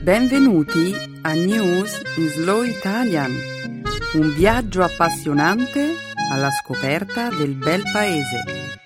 Benvenuti a News in Slow Italian, un viaggio appassionante alla scoperta del bel paese.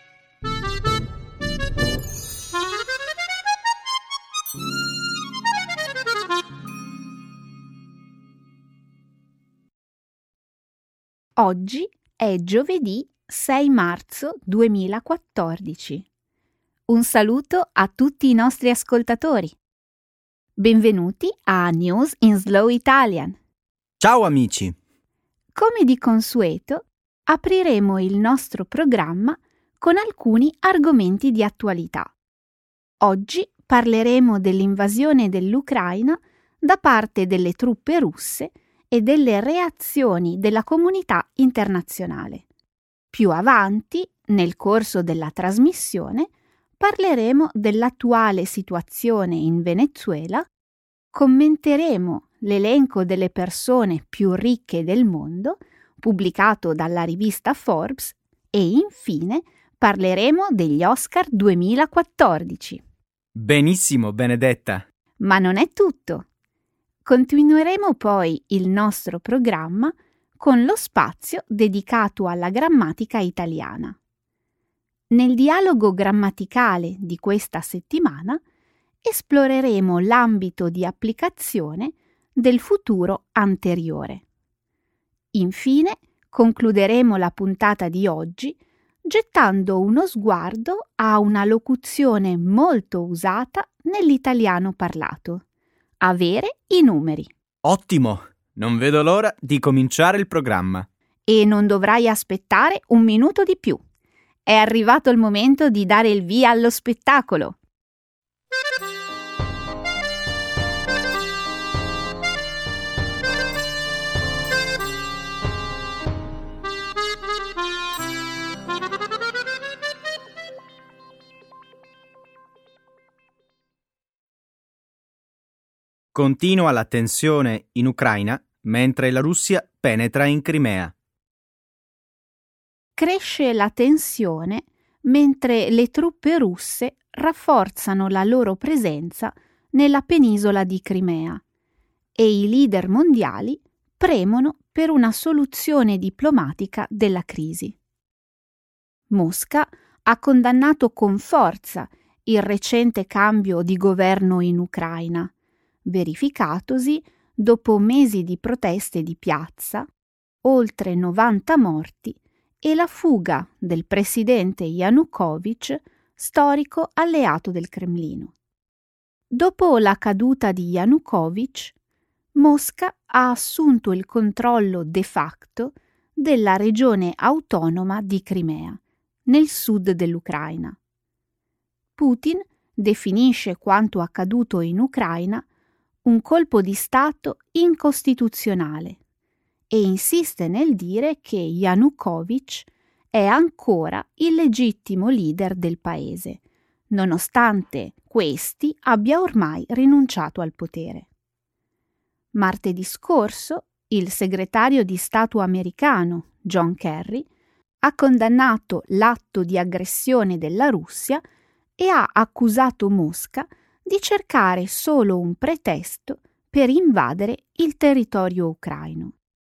Oggi è giovedì 6 marzo 2014. Un saluto a tutti i nostri ascoltatori. Benvenuti a News in Slow Italian. Ciao amici! Come di consueto, apriremo il nostro programma con alcuni argomenti di attualità. Oggi parleremo dell'invasione dell'Ucraina da parte delle truppe russe e delle reazioni della comunità internazionale. Più avanti, nel corso della trasmissione, parleremo dell'attuale situazione in Venezuela, commenteremo l'elenco delle persone più ricche del mondo, pubblicato dalla rivista Forbes, e infine parleremo degli Oscar 2014. Benissimo, Benedetta! Ma non è tutto. Continueremo poi il nostro programma con lo spazio dedicato alla grammatica italiana. Nel dialogo grammaticale di questa settimana esploreremo l'ambito di applicazione del futuro anteriore. Infine, concluderemo la puntata di oggi gettando uno sguardo a una locuzione molto usata nell'italiano parlato: avere i numeri. Ottimo! Non vedo l'ora di cominciare il programma. E non dovrai aspettare un minuto di più. È arrivato il momento di dare il via allo spettacolo. Continua la tensione in Ucraina mentre la Russia penetra in Crimea. Cresce la tensione mentre le truppe russe rafforzano la loro presenza nella penisola di Crimea e i leader mondiali premono per una soluzione diplomatica della crisi. Mosca ha condannato con forza il recente cambio di governo in Ucraina, verificatosi dopo mesi di proteste di piazza, oltre 90 morti e la fuga del presidente Yanukovych, storico alleato del Cremlino. Dopo la caduta di Yanukovych, Mosca ha assunto il controllo de facto della regione autonoma di Crimea, nel sud dell'Ucraina. Putin definisce quanto accaduto in Ucraina un colpo di Stato incostituzionale e insiste nel dire che Yanukovych è ancora il legittimo leader del paese, nonostante questi abbia ormai rinunciato al potere. Martedì scorso, il segretario di Stato americano, John Kerry, ha condannato l'atto di aggressione della Russia e ha accusato Mosca di cercare solo un pretesto per invadere il territorio ucraino.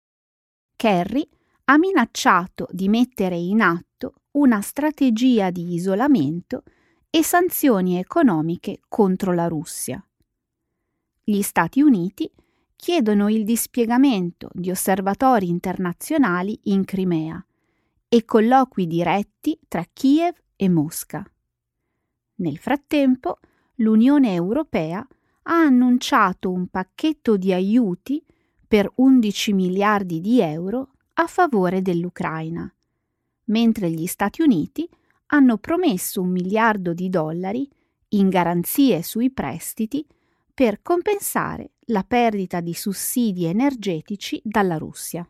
Kerry ha minacciato di mettere in atto una strategia di isolamento e sanzioni economiche contro la Russia. Gli Stati Uniti chiedono il dispiegamento di osservatori internazionali in Crimea e colloqui diretti tra Kiev e Mosca. Nel frattempo, l'Unione Europea ha annunciato un pacchetto di aiuti per 11 miliardi di euro a favore dell'Ucraina, mentre gli Stati Uniti hanno promesso $1 miliardo in garanzie sui prestiti per compensare la perdita di sussidi energetici dalla Russia.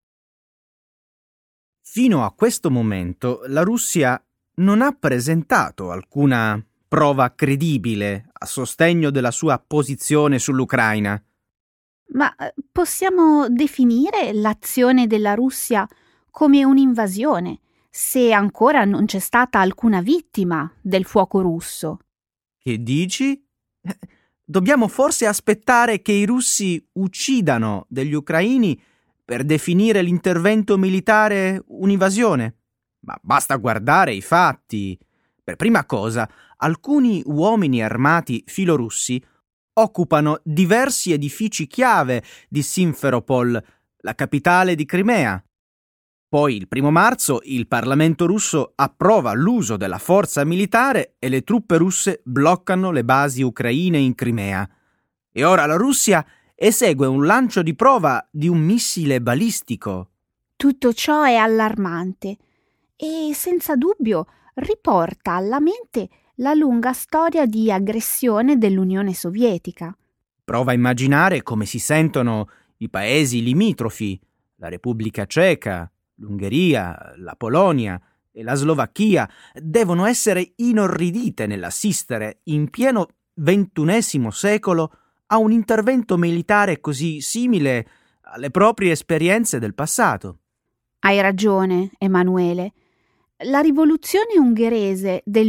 Fino a questo momento la Russia non ha presentato alcuna prova credibile a sostegno della sua posizione sull'Ucraina. Ma possiamo definire l'azione della Russia come un'invasione, se ancora non c'è stata alcuna vittima del fuoco russo? Che dici? Dobbiamo forse aspettare che i russi uccidano degli ucraini per definire l'intervento militare un'invasione? Ma basta guardare i fatti. Per prima cosa, alcuni uomini armati filorussi occupano diversi edifici chiave di Simferopol, la capitale di Crimea. Poi il 1 marzo il Parlamento russo approva l'uso della forza militare e le truppe russe bloccano le basi ucraine in Crimea. E ora la Russia esegue un lancio di prova di un missile balistico. Tutto ciò è allarmante e senza dubbio riporta alla mente la lunga storia di aggressione dell'Unione Sovietica. Prova a immaginare come si sentono i paesi limitrofi, la Repubblica Ceca, l'Ungheria, la Polonia e la Slovacchia devono essere inorridite nell'assistere in pieno XXI secolo a un intervento militare così simile alle proprie esperienze del passato. Hai ragione, Emanuele. La rivoluzione ungherese del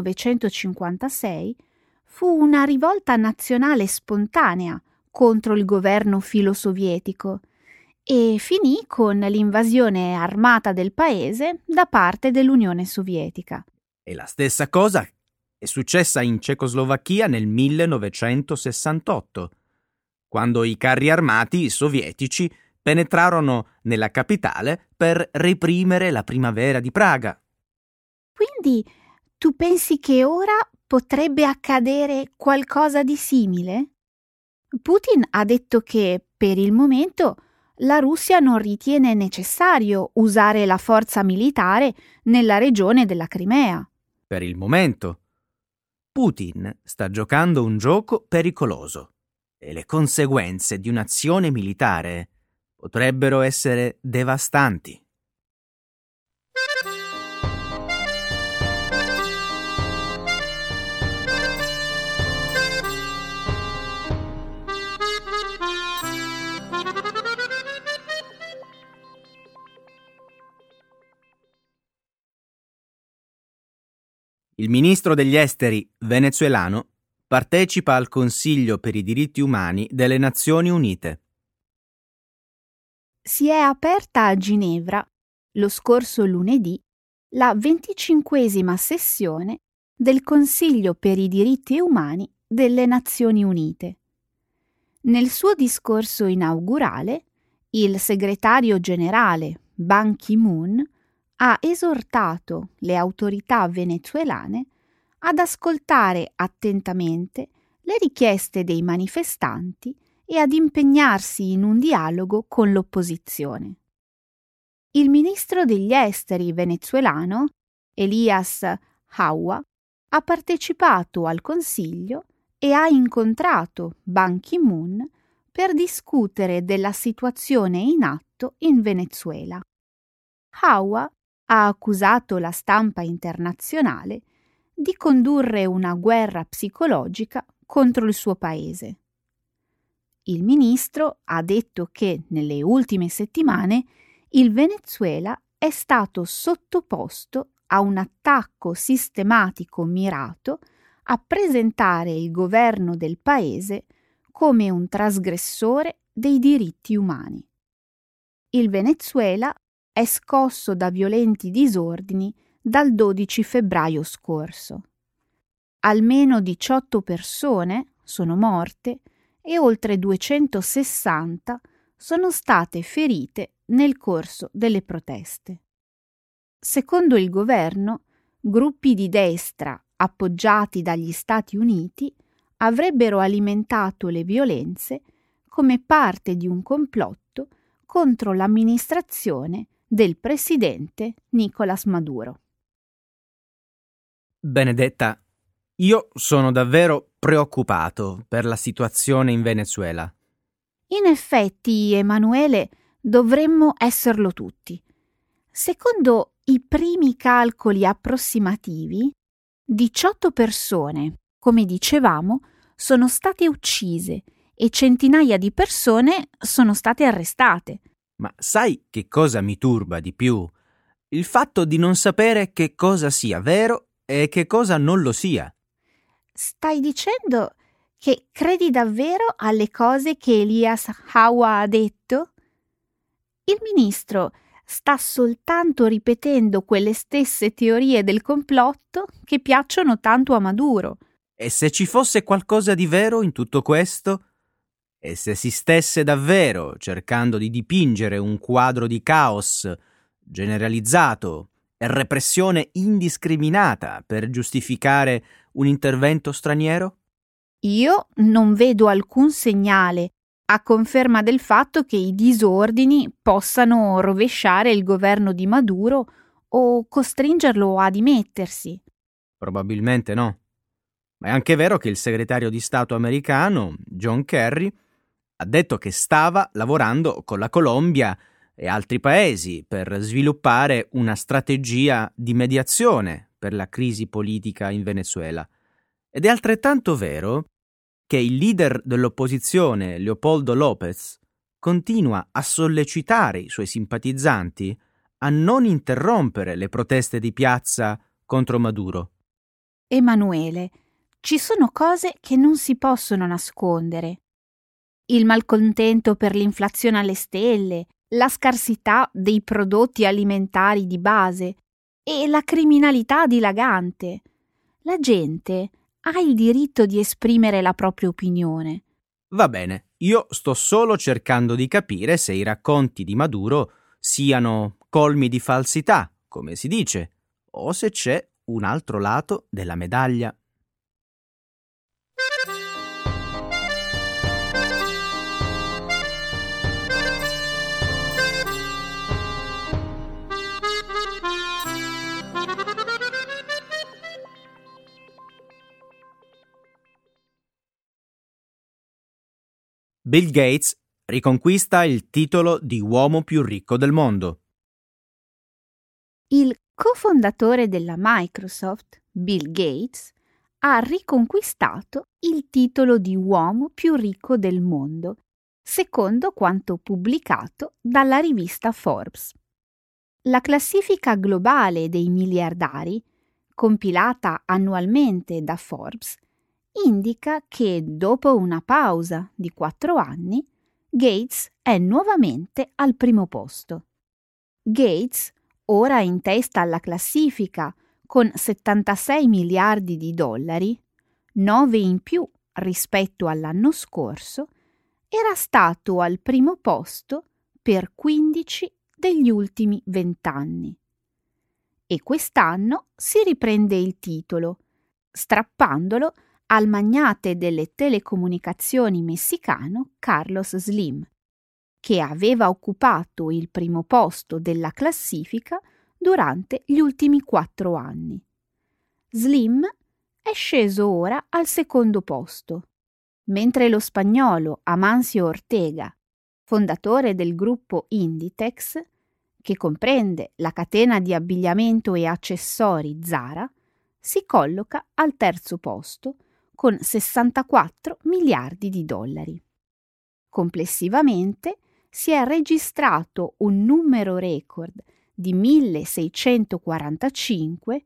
1956 fu una rivolta nazionale spontanea contro il governo filosovietico e finì con l'invasione armata del paese da parte dell'Unione Sovietica. E la stessa cosa è successa in Cecoslovacchia nel 1968, quando i carri armati sovietici penetrarono nella capitale per reprimere la primavera di Praga. Quindi tu pensi che ora potrebbe accadere qualcosa di simile? Putin ha detto che per il momento la Russia non ritiene necessario usare la forza militare nella regione della Crimea. Per il momento. Putin sta giocando un gioco pericoloso e le conseguenze di un'azione militare potrebbero essere devastanti. Il ministro degli esteri venezuelano partecipa al Consiglio per i diritti umani delle Nazioni Unite. Si è aperta a Ginevra, lo scorso lunedì, la 25ª sessione del Consiglio per i diritti umani delle Nazioni Unite. Nel suo discorso inaugurale, il segretario generale Ban Ki-moon ha esortato le autorità venezuelane ad ascoltare attentamente le richieste dei manifestanti e ad impegnarsi in un dialogo con l'opposizione. Il ministro degli esteri venezuelano, Elías Jawa, ha partecipato al Consiglio e ha incontrato Ban Ki-moon per discutere della situazione in atto in Venezuela. Jawa ha accusato la stampa internazionale di condurre una guerra psicologica contro il suo paese. Il ministro ha detto che nelle ultime settimane il Venezuela è stato sottoposto a un attacco sistematico mirato a presentare il governo del paese come un trasgressore dei diritti umani. Il Venezuela è scosso da violenti disordini dal 12 febbraio scorso. Almeno 18 persone sono morte e oltre 260 sono state ferite nel corso delle proteste. Secondo il governo, gruppi di destra appoggiati dagli Stati Uniti avrebbero alimentato le violenze come parte di un complotto contro l'amministrazione del presidente Nicolás Maduro. Benedetta, io sono davvero preoccupato per la situazione in Venezuela. In effetti, Emanuele, dovremmo esserlo tutti. Secondo i primi calcoli approssimativi, 18 persone, come dicevamo, sono state uccise e centinaia di persone sono state arrestate. Ma sai che cosa mi turba di più? Il fatto di non sapere che cosa sia vero e che cosa non lo sia. Stai dicendo Che credi davvero alle cose che Elias Howe ha detto? Il ministro sta soltanto ripetendo quelle stesse teorie del complotto che piacciono tanto a Maduro. E se ci fosse qualcosa di vero in tutto questo? E se si stesse davvero cercando di dipingere un quadro di caos generalizzato e repressione indiscriminata per giustificare un intervento straniero? Io non vedo alcun segnale a conferma del fatto che i disordini possano rovesciare il governo di Maduro o costringerlo a dimettersi. Probabilmente no. Ma è anche vero che il segretario di Stato americano, John Kerry, ha detto che stava lavorando con la Colombia e altri paesi per sviluppare una strategia di mediazione per la crisi politica in Venezuela. Ed è altrettanto vero che il leader dell'opposizione, Leopoldo López, continua a sollecitare i suoi simpatizzanti a non interrompere le proteste di piazza contro Maduro. Emanuele, ci sono cose che non si possono nascondere. Il malcontento per l'inflazione alle stelle, la scarsità dei prodotti alimentari di base e la criminalità dilagante. La gente ha il diritto di esprimere la propria opinione. Va bene, io sto solo cercando di capire se i racconti di Maduro siano colmi di falsità, come si dice, o se c'è un altro lato della medaglia. Bill Gates riconquista il titolo di uomo più ricco del mondo. Il cofondatore della Microsoft, Bill Gates, ha riconquistato il titolo di uomo più ricco del mondo, secondo quanto pubblicato dalla rivista Forbes. La classifica globale dei miliardari, compilata annualmente da Forbes, indica che dopo una pausa di 4 anni, Gates è nuovamente al primo posto. Gates, ora in testa alla classifica con 76 miliardi di dollari, 9 in più rispetto all'anno scorso, era stato al primo posto per 15 degli ultimi 20 anni. E quest'anno si riprende il titolo, strappandolo al magnate delle telecomunicazioni messicano Carlos Slim, che aveva occupato il primo posto della classifica durante gli ultimi 4 anni. Slim è sceso ora al secondo posto, mentre lo spagnolo Amancio Ortega, fondatore del gruppo Inditex, che comprende la catena di abbigliamento e accessori Zara, si colloca al terzo posto con 64 miliardi di dollari. Complessivamente si è registrato un numero record di 1645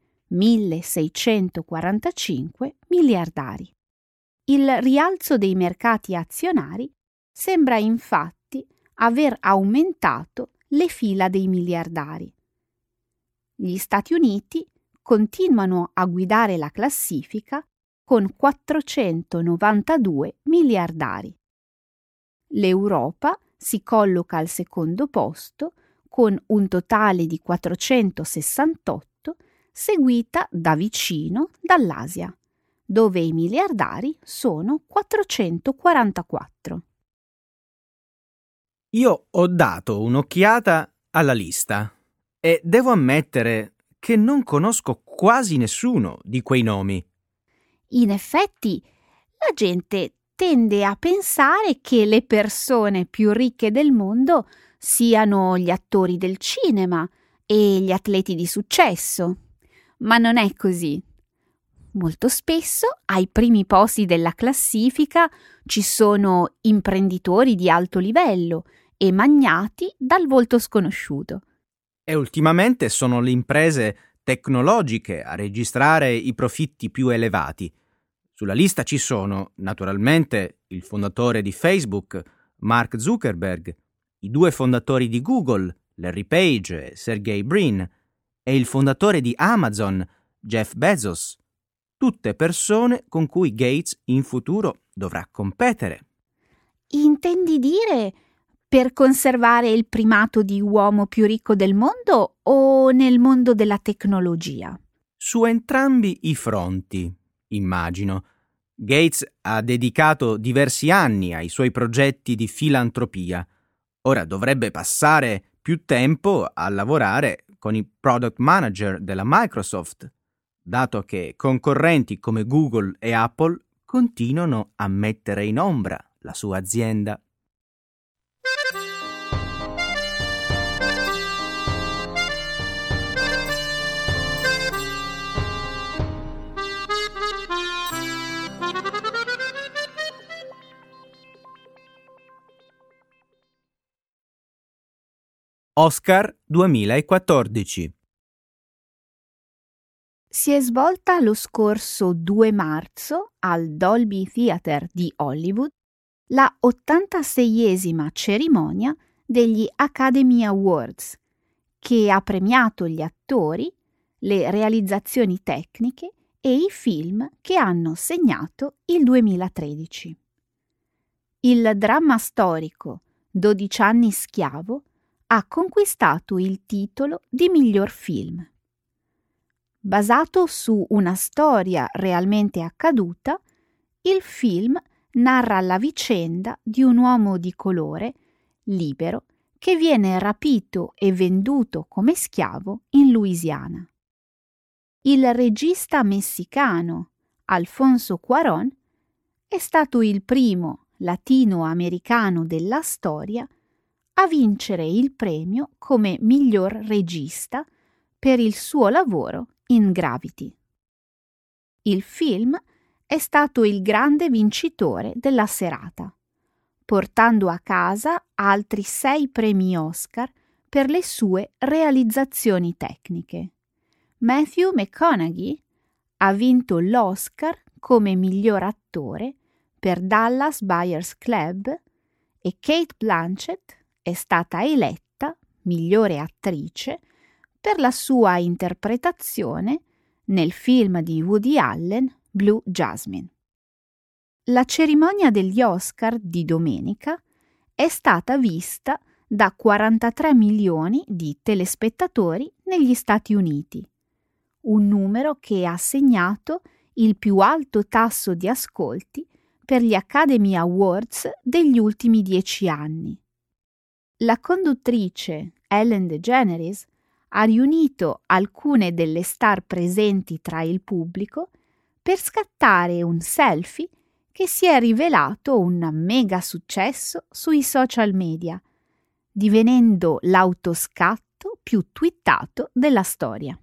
miliardari. Il rialzo dei mercati azionari sembra infatti aver aumentato le fila dei miliardari. Gli Stati Uniti continuano a guidare la classifica con 492 miliardari. L'Europa si colloca al secondo posto con un totale di 468, seguita da vicino dall'Asia, dove i miliardari sono 444. Io ho dato un'occhiata alla lista e devo ammettere che non conosco quasi nessuno di quei nomi. In effetti, la gente tende a pensare che le persone più ricche del mondo siano gli attori del cinema e gli atleti di successo, ma non è così. Molto spesso ai primi posti della classifica ci sono imprenditori di alto livello e magnati dal volto sconosciuto. E ultimamente sono le imprese tecnologiche a registrare i profitti più elevati. Sulla lista ci sono, naturalmente, il fondatore di Facebook, Mark Zuckerberg, i 2 fondatori di Google, Larry Page e Sergey Brin, e il fondatore di Amazon, Jeff Bezos. Tutte persone con cui Gates in futuro dovrà competere. Intendi dire per conservare il primato di uomo più ricco del mondo o nel mondo della tecnologia? Su entrambi i fronti, immagino. Gates ha dedicato diversi anni ai suoi progetti di filantropia. Ora dovrebbe passare più tempo a lavorare con i product manager della Microsoft, dato che concorrenti come Google e Apple continuano a mettere in ombra la sua azienda. Oscar 2014. Si è svolta lo scorso 2 marzo al Dolby Theatre di Hollywood la 86esima cerimonia degli Academy Awards, che ha premiato gli attori, le realizzazioni tecniche e i film che hanno segnato il 2013. Il dramma storico 12 anni schiavo ha conquistato il titolo di miglior film. Basato su una storia realmente accaduta, il film narra la vicenda di un uomo di colore, libero, che viene rapito e venduto come schiavo in Louisiana. Il regista messicano Alfonso Cuarón è stato il primo latinoamericano della storia a vincere il premio come miglior regista per il suo lavoro in Gravity. Il film è stato il grande vincitore della serata, portando a casa altri 6 premi Oscar per le sue realizzazioni tecniche. Matthew McConaughey ha vinto l'Oscar come miglior attore per Dallas Buyers Club e Cate Blanchett è stata eletta migliore attrice per la sua interpretazione nel film di Woody Allen Blue Jasmine. La cerimonia degli Oscar di domenica è stata vista da 43 milioni di telespettatori negli Stati Uniti, un numero che ha segnato il più alto tasso di ascolti per gli Academy Awards degli ultimi 10 anni. La conduttrice Ellen DeGeneres ha riunito alcune delle star presenti tra il pubblico per scattare un selfie che si è rivelato un mega successo sui social media, divenendo l'autoscatto più twittato della storia.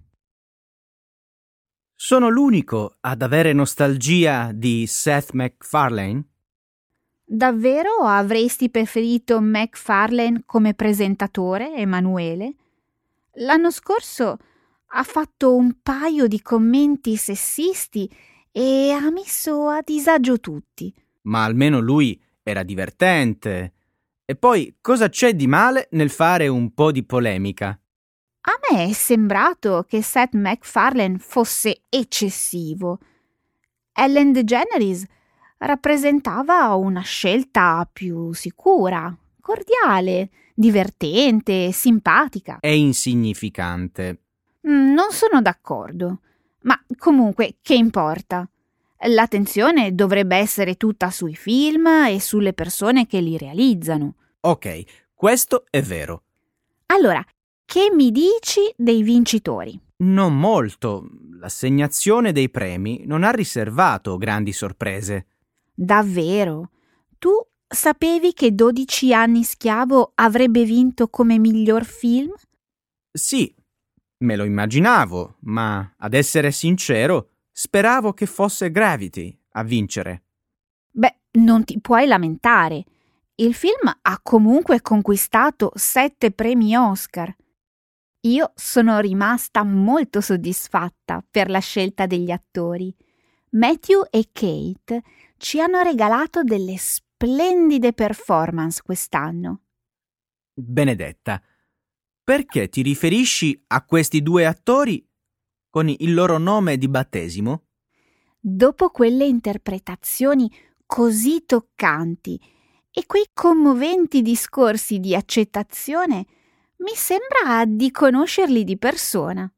Sono l'unico ad avere nostalgia di Seth MacFarlane? Davvero avresti preferito MacFarlane come presentatore, Emanuele? L'anno scorso ha fatto un paio di commenti sessisti e ha messo a disagio tutti. Ma almeno lui era divertente. E poi cosa c'è di male nel fare un po' di polemica? A me è sembrato che Seth MacFarlane fosse eccessivo. Ellen DeGeneres rappresentava una scelta più sicura, cordiale, divertente, simpatica. È insignificante. Non sono d'accordo, ma comunque che importa? L'attenzione dovrebbe essere tutta sui film e sulle persone che li realizzano. Ok, questo è vero. Allora, che mi dici dei vincitori? Non molto. L'assegnazione dei premi non ha riservato grandi sorprese. Davvero? Tu sapevi che 12 anni schiavo avrebbe vinto come miglior film? Sì, me lo immaginavo, ma ad essere sincero, speravo che fosse Gravity a vincere. Beh, non ti puoi lamentare. Il film ha comunque conquistato 7 premi Oscar. Io sono rimasta molto soddisfatta per la scelta degli attori, Matthew e Kate ci hanno regalato delle splendide performance quest'anno. Benedetta, perché ti riferisci a questi due attori con il loro nome di battesimo? Dopo quelle interpretazioni così toccanti e quei commoventi discorsi di accettazione, mi sembra di conoscerli di persona.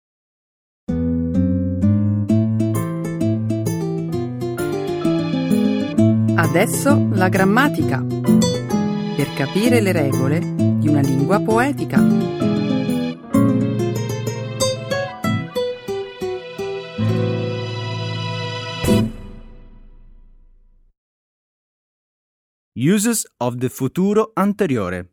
Adesso la grammatica, per capire le regole di una lingua poetica. Uses of the futuro anteriore.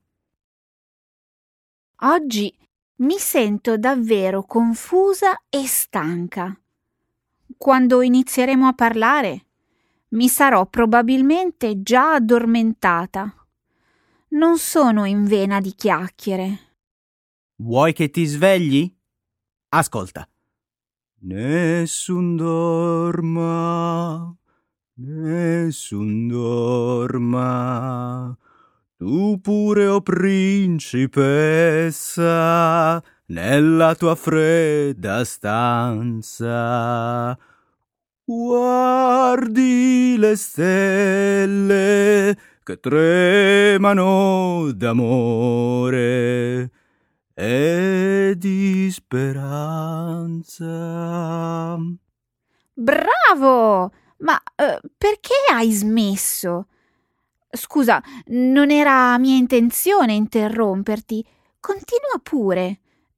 Oggi mi sento davvero confusa e stanca. Quando inizieremo a parlare, mi sarò probabilmente già addormentata. Non sono in vena di chiacchiere. Vuoi che ti svegli? Ascolta. Nessun dorma, nessun dorma, tu pure, o principessa, nella tua fredda stanza. Guardi le stelle che tremano d'amore e di speranza. Bravo! Ma perché hai smesso? Scusa, non era mia intenzione interromperti. Continua pure.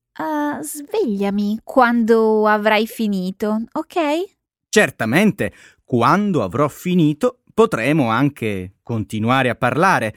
Svegliami quando avrai finito, ok? Certamente, quando avrò finito potremo anche continuare a parlare.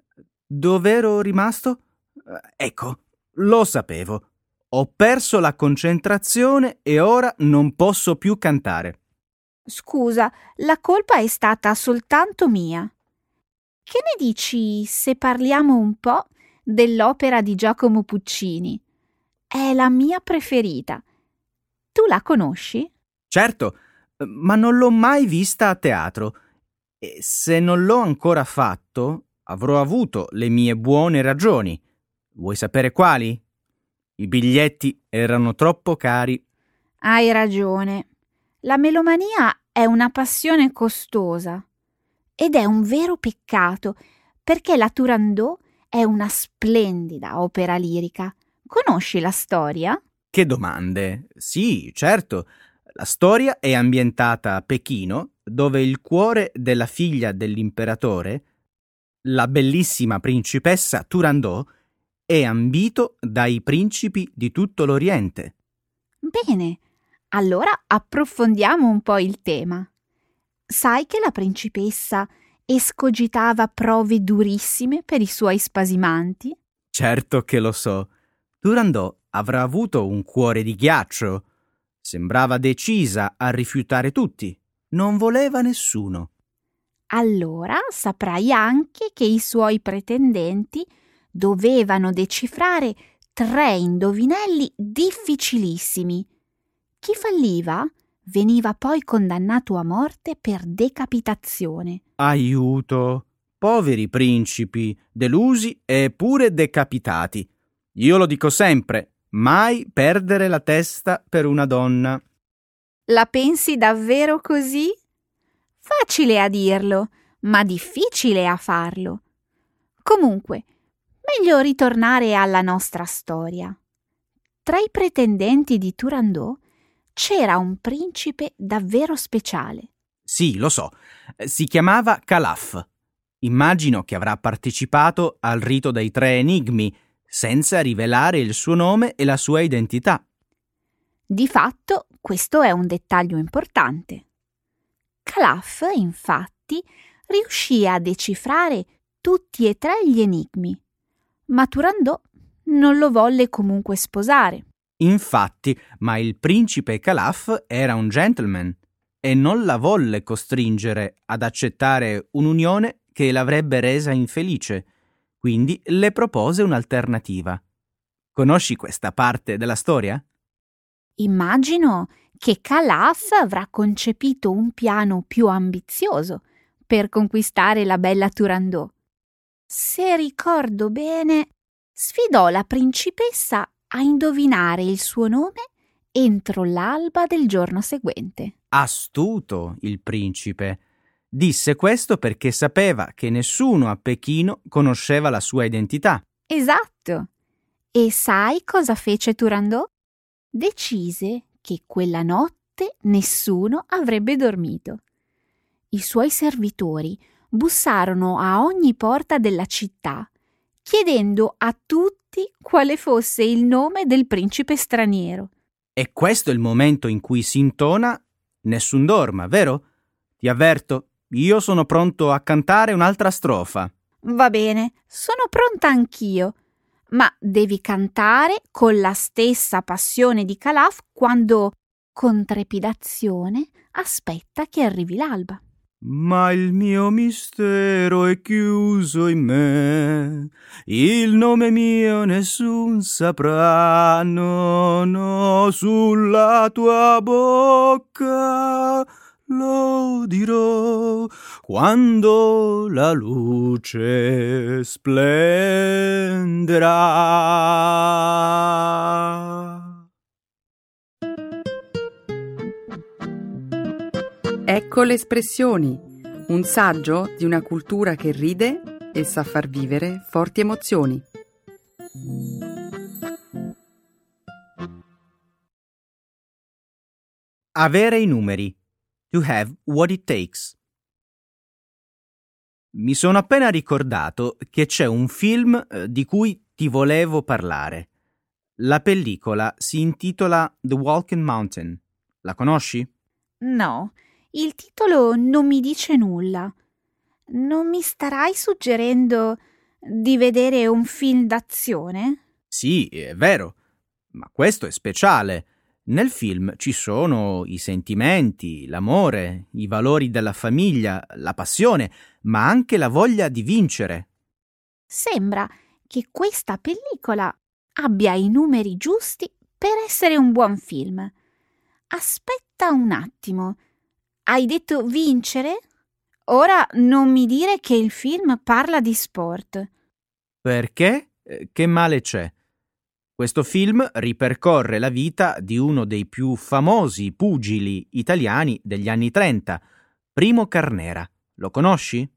Dov'ero rimasto? Ecco, lo sapevo. Ho perso la concentrazione e ora non posso più cantare. Scusa, la colpa è stata soltanto mia. Che ne dici se parliamo un po' dell'opera di Giacomo Puccini? È la mia preferita. Tu la conosci? Certo, ma non l'ho mai vista a teatro. E se non l'ho ancora fatto, avrò avuto le mie buone ragioni. Vuoi sapere quali? I biglietti erano troppo cari. Hai ragione. La melomania è una passione costosa ed è un vero peccato perché la Turandot è una splendida opera lirica. Conosci la storia? Che domande? Sì, certo. La storia è ambientata a Pechino, dove il cuore della figlia dell'imperatore, la bellissima principessa Turandot, è ambito dai principi di tutto l'Oriente. Bene, allora approfondiamo un po' il tema. Sai che la principessa escogitava prove durissime per i suoi spasimanti? Certo che lo so. Turandot avrà avuto un cuore di ghiaccio. Sembrava decisa a rifiutare tutti. Non voleva nessuno. Allora saprai anche che i suoi pretendenti dovevano decifrare 3 indovinelli difficilissimi. Chi falliva veniva poi condannato a morte per decapitazione. Aiuto! Poveri principi, delusi e pure decapitati. Io lo dico sempre, mai perdere la testa per una donna. La pensi davvero così? Facile a dirlo, ma difficile a farlo. Comunque, meglio ritornare alla nostra storia. Tra i pretendenti di Turandot c'era un principe davvero speciale. Sì, lo so. Si chiamava Calaf. Immagino che avrà partecipato al rito dei 3 enigmi, senza rivelare il suo nome e la sua identità. Di fatto, questo è un dettaglio importante. Calaf, infatti, riuscì a decifrare tutti e 3 gli enigmi, ma Turandot non lo volle comunque sposare. Infatti, ma il principe Calaf era un gentleman e non la volle costringere ad accettare un'unione che l'avrebbe resa infelice, quindi le propose un'alternativa. Conosci questa parte della storia? Immagino che Calaf avrà concepito un piano più ambizioso per conquistare la bella Turandot. Se ricordo bene, sfidò la principessa a indovinare il suo nome entro l'alba del giorno seguente. Astuto il principe. Disse questo perché sapeva che nessuno a Pechino conosceva la sua identità. Esatto. E sai cosa fece Turandot? Decise che quella notte nessuno avrebbe dormito. I suoi servitori bussarono a ogni porta della città, chiedendo a tutti quale fosse il nome del principe straniero. E questo è il momento in cui si intona Nessun dorma, vero? Ti avverto, io sono pronto a cantare un'altra strofa. Va bene, sono pronta anch'io, ma devi cantare con la stessa passione di Calaf quando, con trepidazione, aspetta che arrivi l'alba. Ma il mio mistero è chiuso in me, il nome mio nessun saprà, no, sulla tua bocca lo dirò quando la luce splenderà. Ecco le espressioni, un saggio di una cultura che ride e sa far vivere forti emozioni. Avere i numeri. To have what it takes. Mi sono appena ricordato che c'è un film di cui ti volevo parlare. La pellicola si intitola The Walking Mountain. La conosci? No, il titolo non mi dice nulla. Non mi starai suggerendo di vedere un film d'azione? Sì, è vero, ma questo è speciale. Nel film ci sono i sentimenti, l'amore, i valori della famiglia, la passione, ma anche la voglia di vincere. Sembra che questa pellicola abbia i numeri giusti per essere un buon film. Aspetta un attimo. Hai detto vincere? Ora non mi dire che il film parla di sport. Perché? Che male c'è? Questo film ripercorre la vita di uno dei più famosi pugili italiani degli anni 30, Primo Carnera. Lo conosci?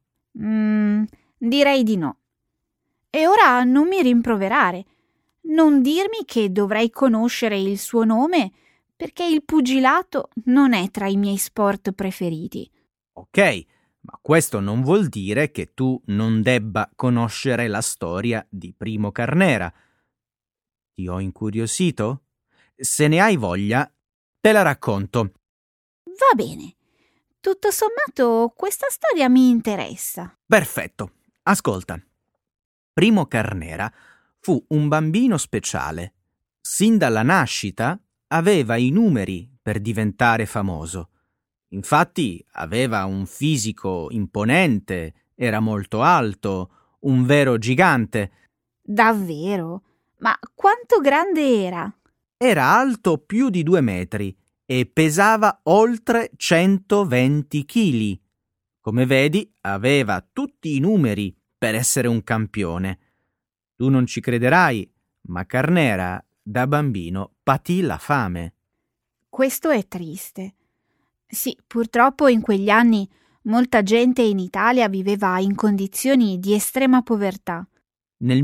Direi di no. E ora non mi rimproverare. Non dirmi che dovrei conoscere il suo nome perché il pugilato non è tra i miei sport preferiti. Ok, ma questo non vuol dire che tu non debba conoscere la storia di Primo Carnera. Ti ho incuriosito? Se ne hai voglia, te la racconto. Va bene. Tutto sommato, questa storia mi interessa. Perfetto. Ascolta. Primo Carnera fu un bambino speciale. Sin dalla nascita aveva i numeri per diventare famoso. Infatti aveva un fisico imponente, era molto alto, un vero gigante. Davvero? Ma quanto grande era? Era alto più di 2 metri e pesava oltre 120 chili. Come vedi, aveva tutti i numeri per essere un campione. Tu non ci crederai, ma Carnera da bambino patì la fame. Questo è triste. Sì, purtroppo in quegli anni molta gente in Italia viveva in condizioni di estrema povertà. Nel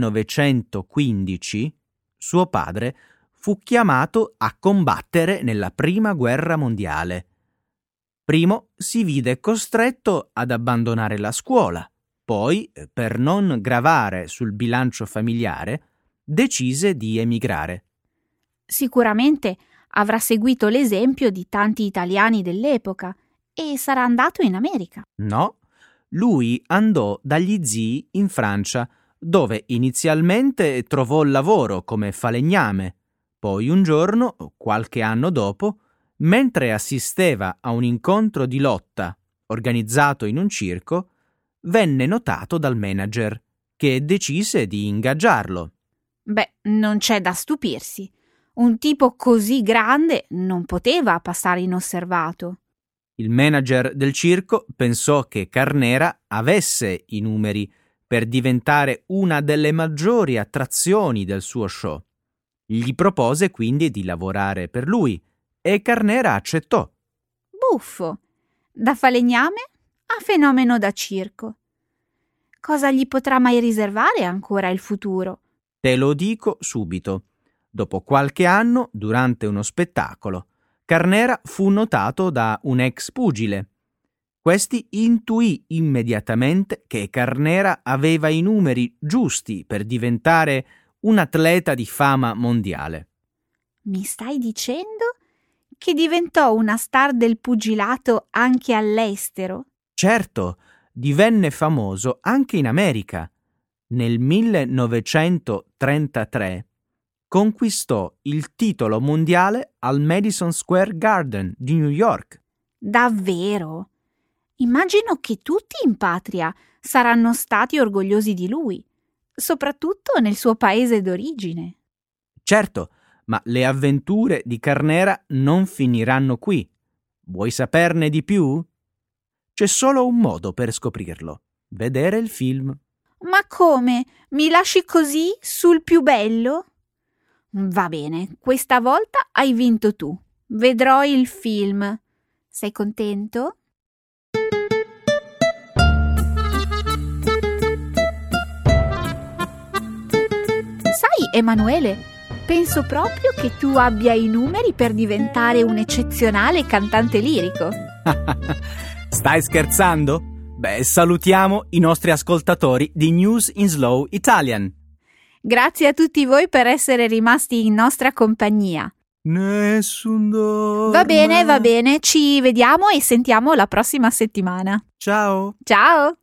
1915 suo padre fu chiamato a combattere nella Prima Guerra Mondiale. Primo si vide costretto ad abbandonare la scuola, poi, per non gravare sul bilancio familiare, decise di emigrare. Sicuramente avrà seguito l'esempio di tanti italiani dell'epoca e sarà andato in America. No, lui andò dagli zii in Francia, dove inizialmente trovò lavoro come falegname. Poi un giorno, qualche anno dopo, mentre assisteva a un incontro di lotta organizzato in un circo, venne notato dal manager, che decise di ingaggiarlo. Beh, non c'è da stupirsi. Un tipo così grande non poteva passare inosservato. Il manager del circo pensò che Carnera avesse i numeri per diventare una delle maggiori attrazioni del suo show. Gli propose quindi di lavorare per lui e Carnera accettò. Buffo, da falegname a fenomeno da circo. Cosa gli potrà mai riservare ancora il futuro? Te lo dico subito. Dopo qualche anno, durante uno spettacolo, Carnera fu notato da un ex pugile. Questi intuì immediatamente che Carnera aveva i numeri giusti per diventare un atleta di fama mondiale. Mi stai dicendo che diventò una star del pugilato anche all'estero? Certo, divenne famoso anche in America. Nel 1933 conquistò il titolo mondiale al Madison Square Garden di New York. Davvero? Immagino che tutti in patria saranno stati orgogliosi di lui, soprattutto nel suo paese d'origine. Certo, ma le avventure di Carnera non finiranno qui. Vuoi saperne di più? C'è solo un modo per scoprirlo: vedere il film. Ma come? Mi lasci così sul più bello? Va bene, questa volta hai vinto tu. Vedrò il film. Sei contento? Sai, Emanuele, penso proprio che tu abbia i numeri per diventare un eccezionale cantante lirico. Stai scherzando? Beh, salutiamo i nostri ascoltatori di News in Slow Italian. Grazie a tutti voi per essere rimasti in nostra compagnia. Nessun dorme. Va bene, ci vediamo e sentiamo la prossima settimana. Ciao. Ciao!